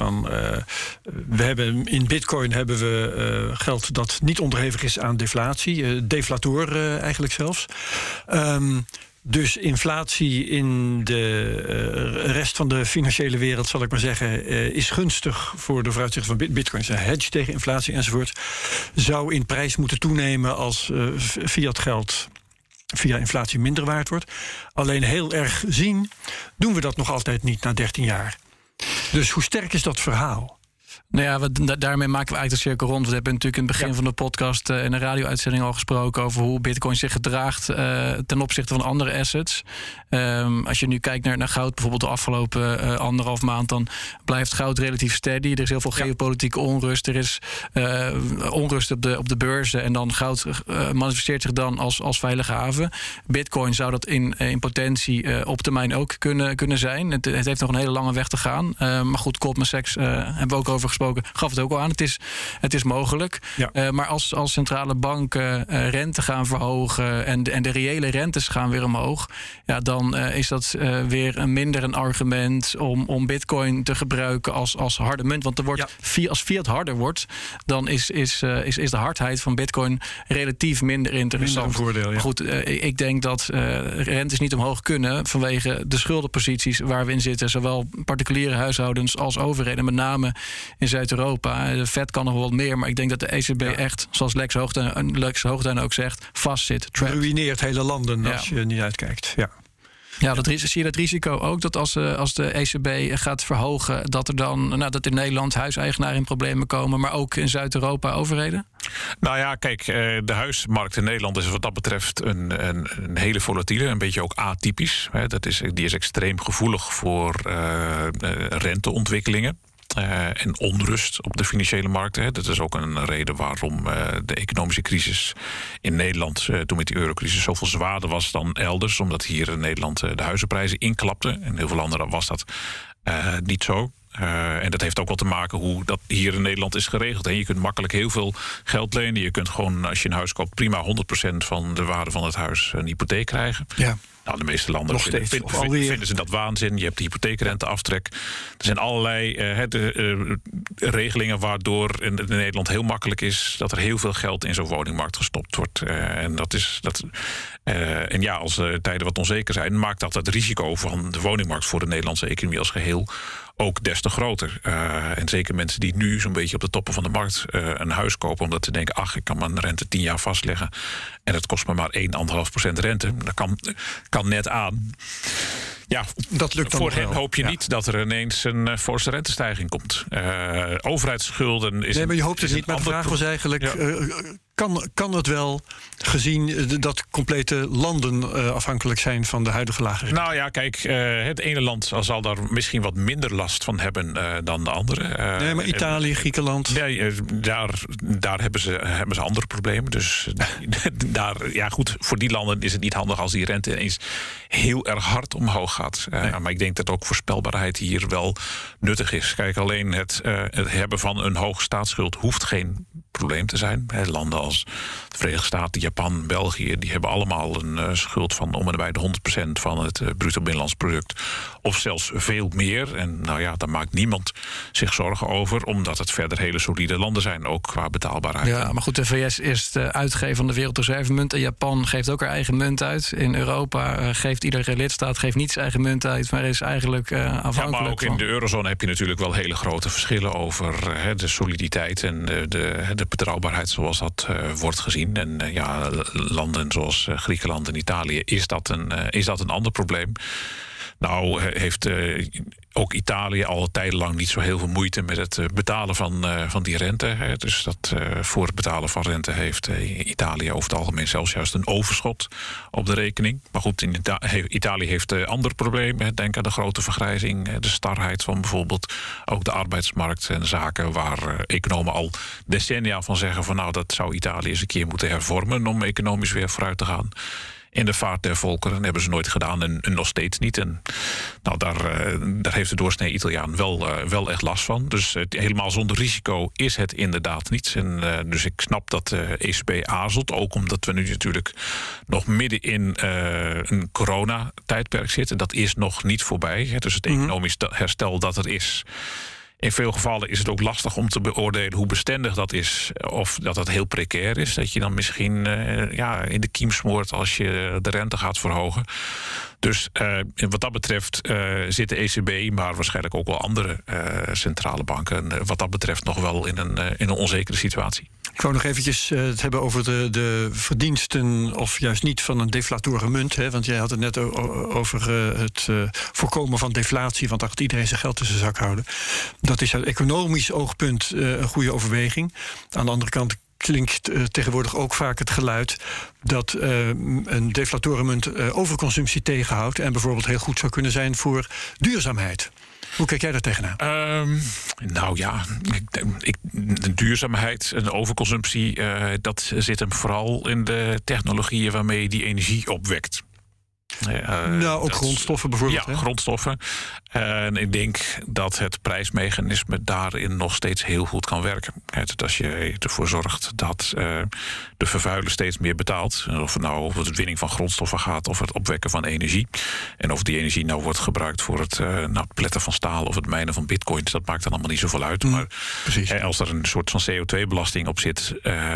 In Bitcoin hebben we geld dat niet onderhevig is aan deflatie. Deflator eigenlijk zelfs. Dus inflatie in de rest van de financiële wereld, zal ik maar zeggen, is gunstig voor de vooruitzichten van Bitcoin. Een hedge tegen inflatie enzovoort. Zou in prijs moeten toenemen als fiat geld via inflatie minder waard wordt. Alleen heel erg zien doen we dat nog altijd niet na 13 jaar. Dus hoe sterk is dat verhaal? Nou ja, daarmee maken we eigenlijk de cirkel rond. We hebben natuurlijk in het begin van de podcast in een radio-uitzending al gesproken over hoe Bitcoin zich gedraagt ten opzichte van andere assets. Als je nu kijkt naar goud, bijvoorbeeld de afgelopen 1,5 maand, dan blijft goud relatief steady. Er is heel veel geopolitieke onrust. Er is onrust op de beurzen. En dan goud manifesteert zich dan als veilige haven. Bitcoin zou dat in potentie op termijn ook kunnen zijn. Het heeft nog een hele lange weg te gaan. Maar goed, Goldman Sachs hebben we ook over gesproken. Gaf het ook al aan. Het is mogelijk. Ja. Maar als centrale banken rente gaan verhogen en de reële rentes gaan weer omhoog, ja, dan is dat weer een argument om Bitcoin te gebruiken als harde munt. Want er wordt als fiat harder wordt, dan is de hardheid van Bitcoin relatief minder interessant. Minder een voordeel, ja. Goed, ik denk dat rentes niet omhoog kunnen vanwege de schuldenposities waar we in zitten. Zowel particuliere huishoudens als overheden, met name in Zuid-Europa. De Fed kan nog wel wat meer, maar ik denk dat de ECB echt, zoals Lex Hoogduin ook zegt, vastzit. Ruïneert hele landen als je niet uitkijkt. Ja. Ja, zie je dat risico ook? Dat als de ECB gaat verhogen, dat er dan dat in Nederland huiseigenaren in problemen komen, maar ook in Zuid-Europa overheden? Nou ja, kijk, de huismarkt in Nederland is wat dat betreft een hele volatiele, een beetje ook atypisch. Die is extreem gevoelig voor renteontwikkelingen. En onrust op de financiële markten. Dat is ook een reden waarom de economische crisis in Nederland, toen met die eurocrisis, zoveel zwaarder was dan elders. Omdat hier in Nederland de huizenprijzen inklapten. En heel veel landen was dat niet zo. En dat heeft ook wel te maken hoe dat hier in Nederland is geregeld. En je kunt makkelijk heel veel geld lenen. Je kunt gewoon, als je een huis koopt, prima 100% van de waarde van het huis een hypotheek krijgen. Ja. Nou, de meeste landen vinden ze dat waanzin. Je hebt de hypotheekrenteaftrek. Er zijn allerlei regelingen waardoor in Nederland heel makkelijk is dat er heel veel geld in zo'n woningmarkt gestopt wordt. Als tijden wat onzeker zijn, maakt dat het risico van de woningmarkt voor de Nederlandse economie als geheel ook des te groter. En zeker mensen die nu zo'n beetje op de toppen van de markt een huis kopen, omdat ze denken, ik kan mijn rente 10 jaar vastleggen en het kost me maar 1,5% rente. Dat kan net aan. Ja, dat lukt dan voor hen hoop je niet dat er ineens een forse rentestijging komt. Overheidsschulden is. Nee, maar je hoopt het niet. Maar de vraag was eigenlijk: kan het wel, gezien dat complete landen afhankelijk zijn van de huidige lage rente? Nou ja, kijk, het ene land zal daar misschien wat minder last van hebben dan de andere. Nee, maar Italië, Griekenland. Nee, daar hebben ze andere problemen. Dus goed, voor die landen is het niet handig als die rente ineens heel erg hard omhoog gaat. Maar ik denk dat ook voorspelbaarheid hier wel nuttig is. Kijk, alleen het hebben van een hoge staatsschuld hoeft geen probleem te zijn. Landen als de Verenigde Staten, Japan, België, die hebben allemaal een schuld van om en bij de 100% van het bruto binnenlands product. Of zelfs veel meer. En daar maakt niemand zich zorgen over, omdat het verder hele solide landen zijn, ook qua betaalbaarheid. Ja, maar goed, de VS is de uitgever van de wereldreservemunt en Japan geeft ook haar eigen munt uit. In Europa geeft iedere lidstaat niet zijn eigen munt uit, maar is eigenlijk afhankelijk van. Maar ook in de eurozone heb je natuurlijk wel hele grote verschillen over de soliditeit en de betrouwbaarheid zoals dat wordt gezien. En landen zoals Griekenland en Italië is dat een ander probleem. Nou heeft ook Italië al tijdenlang niet zo heel veel moeite met het betalen van die rente. Dus voor het betalen van rente heeft Italië over het algemeen zelfs juist een overschot op de rekening. Maar goed, Italië heeft andere problemen. Denk aan de grote vergrijzing, de starheid van bijvoorbeeld ook de arbeidsmarkt en zaken waar economen al decennia van zeggen van dat zou Italië eens een keer moeten hervormen om economisch weer vooruit te gaan. In de vaart der volkeren. Dat hebben ze nooit gedaan en nog steeds niet. En daar heeft de doorsnee Italiaan wel echt last van. Dus helemaal zonder risico is het inderdaad niet. En dus ik snap dat de ECB aarzelt. Ook omdat we nu natuurlijk nog midden in een coronatijdperk zitten. Dat is nog niet voorbij. Dus het economisch herstel dat er is. In veel gevallen is het ook lastig om te beoordelen hoe bestendig dat is. Of dat het heel precair is. Dat je dan misschien in de kiem smoort als je de rente gaat verhogen. Dus wat dat betreft zit de ECB, maar waarschijnlijk ook wel andere centrale banken, wat dat betreft nog wel in een onzekere situatie. Ik wou nog eventjes het hebben over de verdiensten of juist niet van een deflatorige munt. Hè? Want jij had het net over het voorkomen van deflatie. Want dan gaat iedereen zijn geld in zijn zak houden. Dat is uit economisch oogpunt een goede overweging. Aan de andere kant klinkt tegenwoordig ook vaak het geluid dat een deflatorige munt overconsumptie tegenhoudt en bijvoorbeeld heel goed zou kunnen zijn voor duurzaamheid. Hoe kijk jij daar tegenaan? Nou ja, de duurzaamheid en de overconsumptie, dat zit hem vooral in de technologieën waarmee je die energie opwekt. Ook grondstoffen bijvoorbeeld. Ja, grondstoffen. En ik denk dat het prijsmechanisme daarin nog steeds heel goed kan werken. Als je ervoor zorgt dat de vervuiler steeds meer betaalt, of het nou over de winning van grondstoffen gaat of het opwekken van energie, en of die energie nou wordt gebruikt voor het pletten van staal of het mijnen van bitcoins, dat maakt dan allemaal niet zoveel uit. Maar als er een soort van CO2-belasting op zit,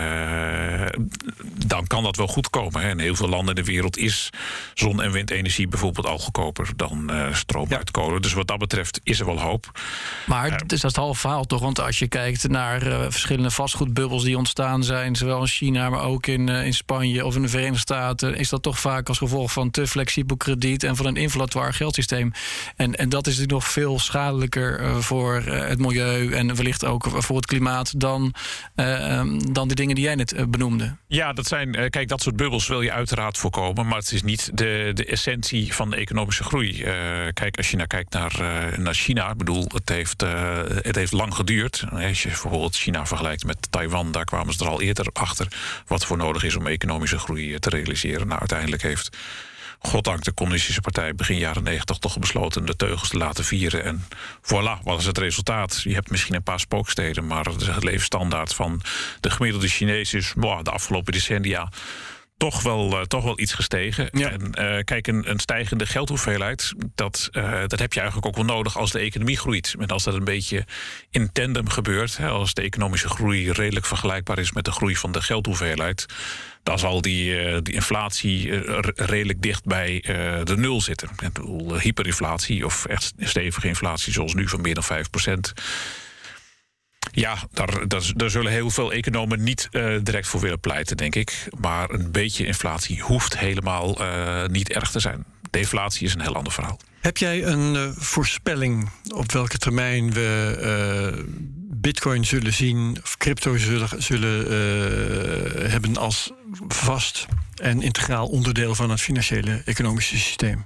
dan kan dat wel goed komen. In heel veel landen in de wereld is zon- en windenergie bijvoorbeeld al goedkoper dan stroom uit kolen. Dus wat dat betreft is er wel hoop. Maar dus dat is het halve verhaal toch? Want als je kijkt naar verschillende vastgoedbubbels die ontstaan zijn, zowel in China, maar ook in Spanje of in de Verenigde Staten, is dat toch vaak als gevolg van te flexibel krediet en van een inflatoire geldsysteem. En dat is natuurlijk nog veel schadelijker voor het milieu en wellicht ook voor het klimaat dan de dingen die jij net benoemde. Ja, kijk, dat soort bubbels wil je uiteraard voorkomen, maar het is niet de essentie van de economische groei. Kijk, als je kijkt naar China, ik bedoel, het heeft lang geduurd. Als je bijvoorbeeld China vergelijkt met Taiwan, daar kwamen ze er al eerder achter wat voor nodig is om economische groei te realiseren. Nou, uiteindelijk heeft, goddank, de Communistische Partij begin jaren 90 toch besloten de teugels te laten vieren. En voilà, wat is het resultaat? Je hebt misschien een paar spooksteden, maar de levensstandaard van de gemiddelde Chinees is de afgelopen decennia toch wel iets gestegen. Ja. En kijk, een stijgende geldhoeveelheid, dat heb je eigenlijk ook wel nodig als de economie groeit. En als dat een beetje in tandem gebeurt, als de economische groei redelijk vergelijkbaar is met de groei van de geldhoeveelheid, dan zal die inflatie redelijk dicht bij de nul zitten. Ik bedoel, hyperinflatie of echt stevige inflatie zoals nu van meer dan 5%. Ja, daar zullen heel veel economen niet direct voor willen pleiten, denk ik. Maar een beetje inflatie hoeft helemaal niet erg te zijn. Deflatie is een heel ander verhaal. Heb jij een voorspelling op welke termijn we bitcoin zullen zien of crypto zullen hebben als vast en integraal onderdeel van het financiële economische systeem?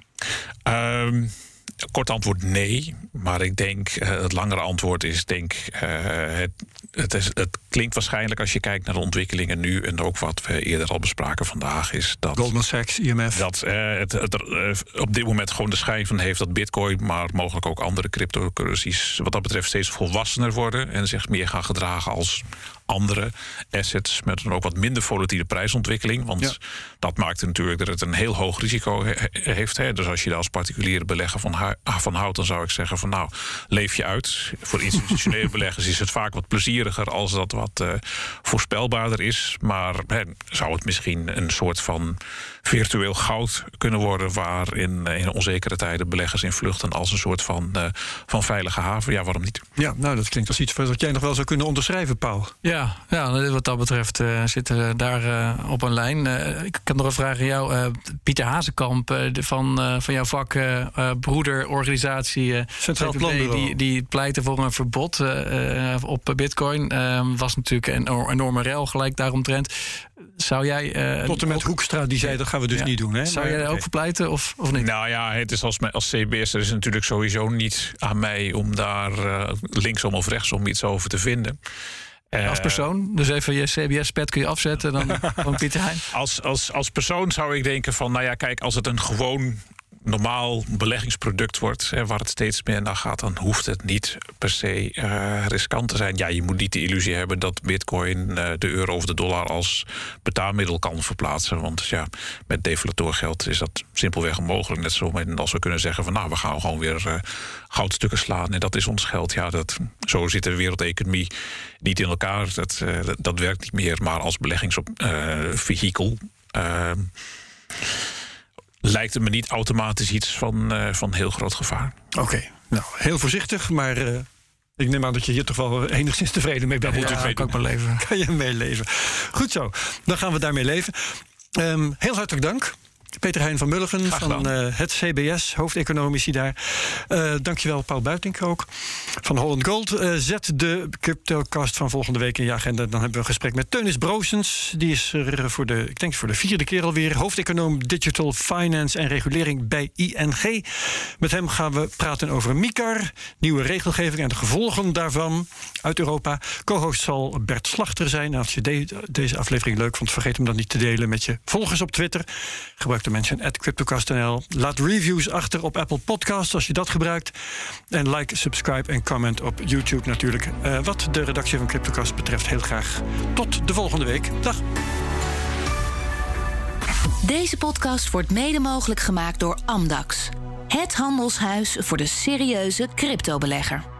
Kort antwoord nee, maar ik denk het langere antwoord is het klinkt waarschijnlijk als je kijkt naar de ontwikkelingen nu en ook wat we eerder al bespraken vandaag is dat Goldman Sachs, IMF, dat op dit moment gewoon de schijn van heeft dat bitcoin, maar mogelijk ook andere cryptocurrencies wat dat betreft steeds volwassener worden en zich meer gaan gedragen als andere assets met een ook wat minder volatiele prijsontwikkeling. Want dat maakt natuurlijk dat het een heel hoog risico heeft. Dus als je daar als particuliere belegger van houdt, dan zou ik zeggen van nou, leef je uit. Voor institutionele beleggers is het vaak wat plezieriger als dat wat voorspelbaarder is. Maar zou het misschien een soort van virtueel goud kunnen worden waarin in onzekere tijden beleggers in vluchten als een soort van veilige haven? Ja, waarom niet? Ja, nou, dat klinkt als iets wat jij nog wel zou kunnen onderschrijven, Paul. Ja, wat dat betreft zitten we daar op een lijn. Ik heb nog een vraag aan jou. Pieter Hazekamp van jouw vak, broederorganisatie Centraal Planbureau, die pleitte voor een verbod op bitcoin. Was natuurlijk een enorme rel gelijk daaromtrent. Zou jij tot en met Hoekstra die zei dat gaan we dus niet doen. Hè? Zou jij daar ook voor pleiten of niet? Nou ja, het is als CBS er is natuurlijk sowieso niet aan mij om daar linksom of rechtsom iets over te vinden. Als persoon? Dus even je CBS-pet kun je afzetten dan van Pieter Heijn? Als persoon zou ik denken van, nou ja, kijk, als het een gewoon normaal beleggingsproduct wordt, waar het steeds meer naar gaat, dan hoeft het niet per se riskant te zijn. Ja, je moet niet de illusie hebben dat bitcoin de euro of de dollar als betaalmiddel kan verplaatsen. Want ja, met deflatorgeld is dat simpelweg onmogelijk. Net zo als we kunnen zeggen van nou, we gaan gewoon weer goudstukken slaan en dat is ons geld. Ja, zo zit de wereldeconomie niet in elkaar. Dat werkt niet meer, maar als beleggingsvehikel lijkt het me niet automatisch iets van heel groot gevaar. Oké, nou, heel voorzichtig, maar ik neem aan dat je hier toch wel enigszins tevreden mee bent. Ja, kan ik maar leven. Kan je meeleven. Goed zo, dan gaan we daarmee leven. Heel hartelijk dank. Peter Hein van Mulligen van het CBS, hoofdeconomici daar. Dankjewel Paul Buitink ook van Holland Gold. Zet de CryptoCast van volgende week in je agenda. Dan hebben we een gesprek met Teunis Broosens. Die is er voor de 4e keer alweer. Hoofdeconoom Digital Finance en Regulering bij ING. Met hem gaan we praten over MiCAR, nieuwe regelgeving en de gevolgen daarvan uit Europa. Co-host zal Bert Slachter zijn. Als je deze aflevering leuk vond, vergeet hem dan niet te delen met je volgers op Twitter. Gebruik de mention @CryptoCast.nl. Laat reviews achter op Apple Podcasts als je dat gebruikt. En like, subscribe en comment op YouTube natuurlijk. Wat de redactie van CryptoCast betreft heel graag tot de volgende week. Dag. Deze podcast wordt mede mogelijk gemaakt door Amdax. Het handelshuis voor de serieuze cryptobelegger.